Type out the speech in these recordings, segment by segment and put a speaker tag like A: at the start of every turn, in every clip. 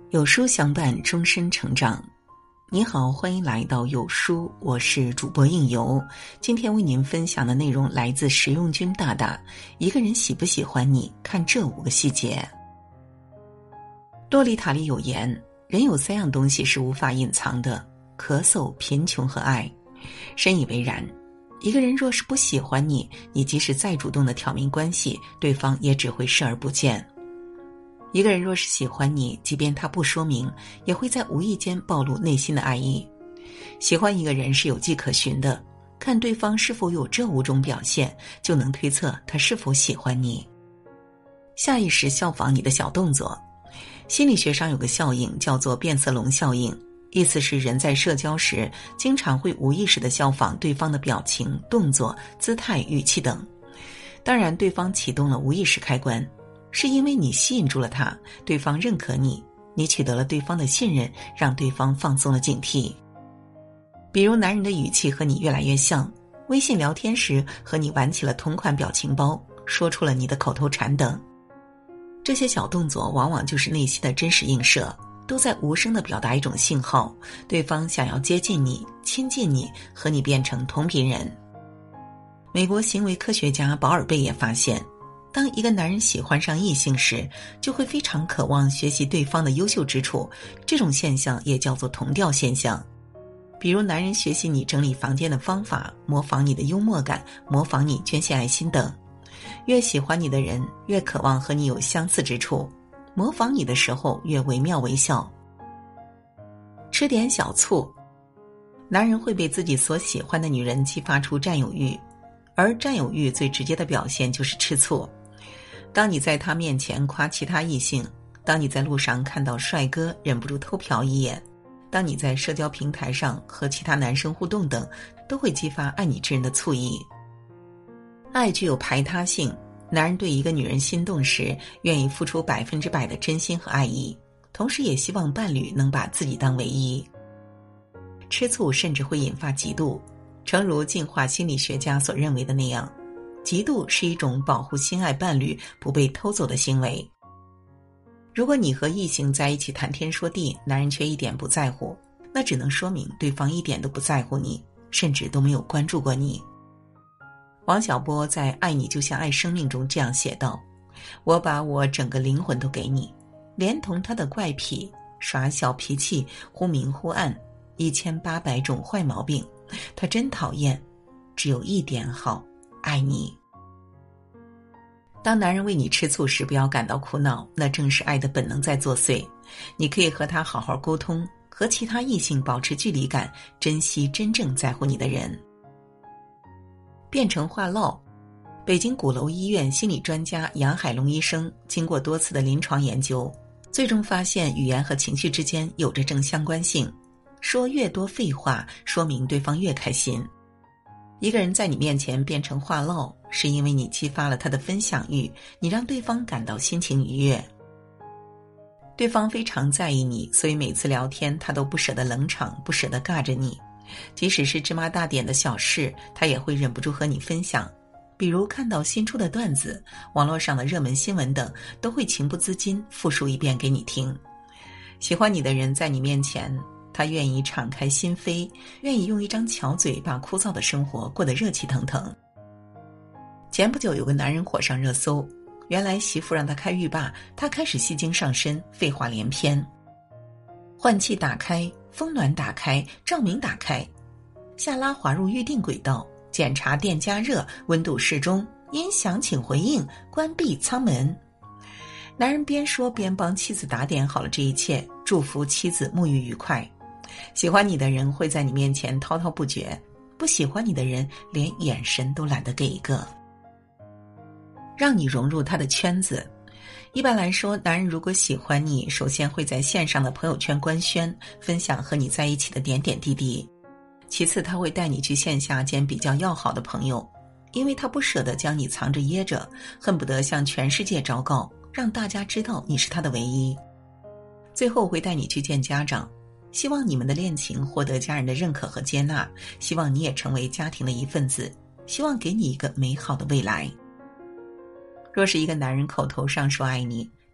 A: 有书相伴，终身成长。你好，欢迎来到有书，我是主播应由。今天为您分享的内容来自实用君大大。一个人喜不喜欢你，看这5个细节。洛丽塔里有言，人有3样东西是无法隐藏的：咳嗽、贫穷和爱。深以为然。一个人若是不喜欢你，你即使再主动的挑明关系，对方也只会视而不见。一个人若是喜欢你，即便他不说明，也会在无意间暴露内心的爱意。喜欢一个人是有迹可循的，看对方是否有这5种表现，就能推测他是否喜欢你。下意识效仿你的小动作。心理学上有个效应叫做变色龙效应，意思是人在社交时经常会无意识地效仿对方的表情、动作、姿态、语气等。当然，对方启动了无意识开关，是因为你吸引住了他，对方认可你，你取得了对方的信任，让对方放松了警惕。比如男人的语气和你越来越像，微信聊天时和你玩起了同款表情包，说出了你的口头禅等。这些小动作往往就是内心的真实映射，都在无声地表达一种信号，对方想要接近你、亲近你，和你变成同频人。美国行为科学家保尔贝也发现，当一个男人喜欢上异性时，就会非常渴望学习对方的优秀之处，这种现象也叫做同调现象。比如男人学习你整理房间的方法，模仿你的幽默感，模仿你捐献爱心等。越喜欢你的人，越渴望和你有相似之处，模仿你的时候越惟妙惟肖。吃点小醋。男人会被自己所喜欢的女人激发出占有欲，而占有欲最直接的表现就是吃醋。当你在他面前夸其他异性，当你在路上看到帅哥忍不住偷瞟一眼，当你在社交平台上和其他男生互动等，都会激发爱你之人的醋意。爱具有排他性，男人对一个女人心动时，愿意付出100%的真心和爱意，同时也希望伴侣能把自己当唯一。吃醋甚至会引发嫉妒，诚如进化心理学家所认为的那样，嫉妒是一种保护心爱伴侣不被偷走的行为。如果你和异性在一起谈天说地，男人却一点不在乎，那只能说明对方一点都不在乎你，甚至都没有关注过你。王小波在《爱你就像爱生命》中这样写道：我把我整个灵魂都给你，连同他的怪癖、耍小脾气、忽明忽暗、1800种坏毛病，他真讨厌，只有一点好，爱你。当男人为你吃醋时，不要感到苦恼，那正是爱的本能在作祟。你可以和他好好沟通，和其他异性保持距离感，珍惜真正在乎你的人。变成话唠。北京鼓楼医院心理专家杨海龙医生经过多次的临床研究，最终发现语言和情绪之间有着正相关性。说越多废话，说明对方越开心。一个人在你面前变成话唠，是因为你激发了他的分享欲，你让对方感到心情愉悦。对方非常在意你，所以每次聊天他都不舍得冷场，不舍得尬着你。即使是芝麻大点的小事，他也会忍不住和你分享。比如看到新出的段子，网络上的热门新闻等，都会情不自禁复述一遍给你听。喜欢你的人在你面前，他愿意敞开心扉，愿意用一张巧嘴把枯燥的生活过得热气腾腾。前不久有个男人火上热搜，原来媳妇让他开浴霸，他开始戏精上身，废话连篇。换气打开，风暖打开，照明打开，下拉滑入预定轨道，检查电加热，温度适中，音响请回应，关闭舱门。男人边说边帮妻子打点好了这一切，祝福妻子沐浴愉快。喜欢你的人会在你面前滔滔不绝，不喜欢你的人连眼神都懒得给一个。让你融入他的圈子。一般来说，男人如果喜欢你，首先会在线上的朋友圈官宣，分享和你在一起的点点滴滴。其次，他会带你去线下见比较要好的朋友，因为他不舍得将你藏着掖着，恨不得向全世界昭告，让大家知道你是他的唯一。最后会带你去见家长，希望你们的恋情获得家人的认可和接纳，希望你也成为家庭的一份子，希望给你一个美好的未来。若是一个男人口头上说爱你，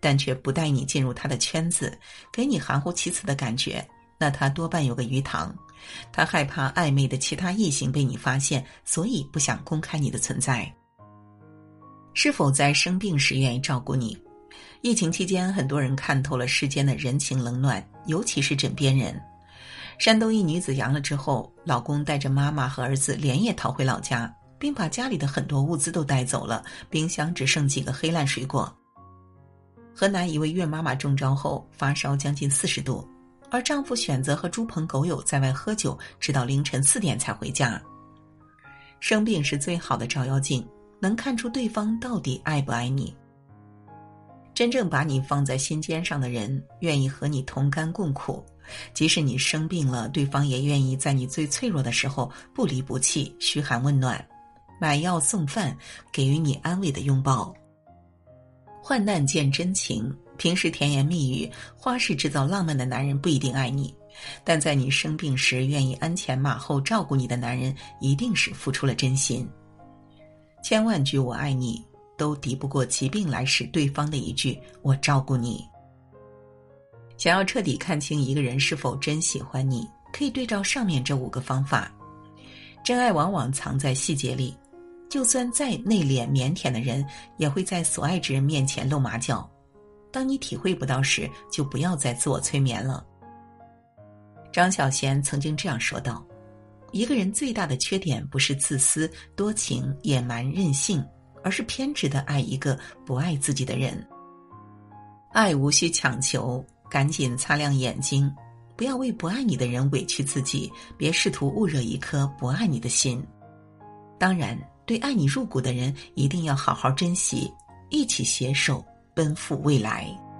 A: 但却不带你进入他的圈子，给你含糊其辞的感觉，那他多半有个鱼塘。他害怕暧昧的其他异性被你发现，所以不想公开你的存在。是否在生病时愿意照顾你？疫情期间，很多人看透了世间的人情冷暖，尤其是枕边人。山东一女子阳了之后，老公带着妈妈和儿子连夜逃回老家，并把家里的很多物资都带走了，冰箱只剩几个黑烂水果。河南一位岳妈妈中招后发烧将近40度，而丈夫选择和猪朋狗友在外喝酒，直到凌晨4点才回家。生病是最好的照妖镜，能看出对方到底爱不爱你。真正把你放在心尖上的人，愿意和你同甘共苦，即使你生病了，对方也愿意在你最脆弱的时候不离不弃，嘘寒问暖，买药送饭，给予你安慰的拥抱。患难见真情，平时甜言蜜语、花式制造浪漫的男人不一定爱你，但在你生病时愿意鞍前马后照顾你的男人，一定是付出了真心。千万句我爱你都敌不过疾病来时对方的一句我照顾你。想要彻底看清一个人是否真喜欢你，可以对照上面这5个方法。真爱往往藏在细节里，就算再内敛腼腆的人，也会在所爱之人面前露马脚。当你体会不到时，就不要再自我催眠了。张小娴曾经这样说道，一个人最大的缺点不是自私、多情、野蛮、任性，而是偏执地爱一个不爱自己的人。爱无需强求，赶紧擦亮眼睛，不要为不爱你的人委屈自己，别试图焐热一颗不爱你的心。当然，对爱你入骨的人一定要好好珍惜，一起携手奔赴未来。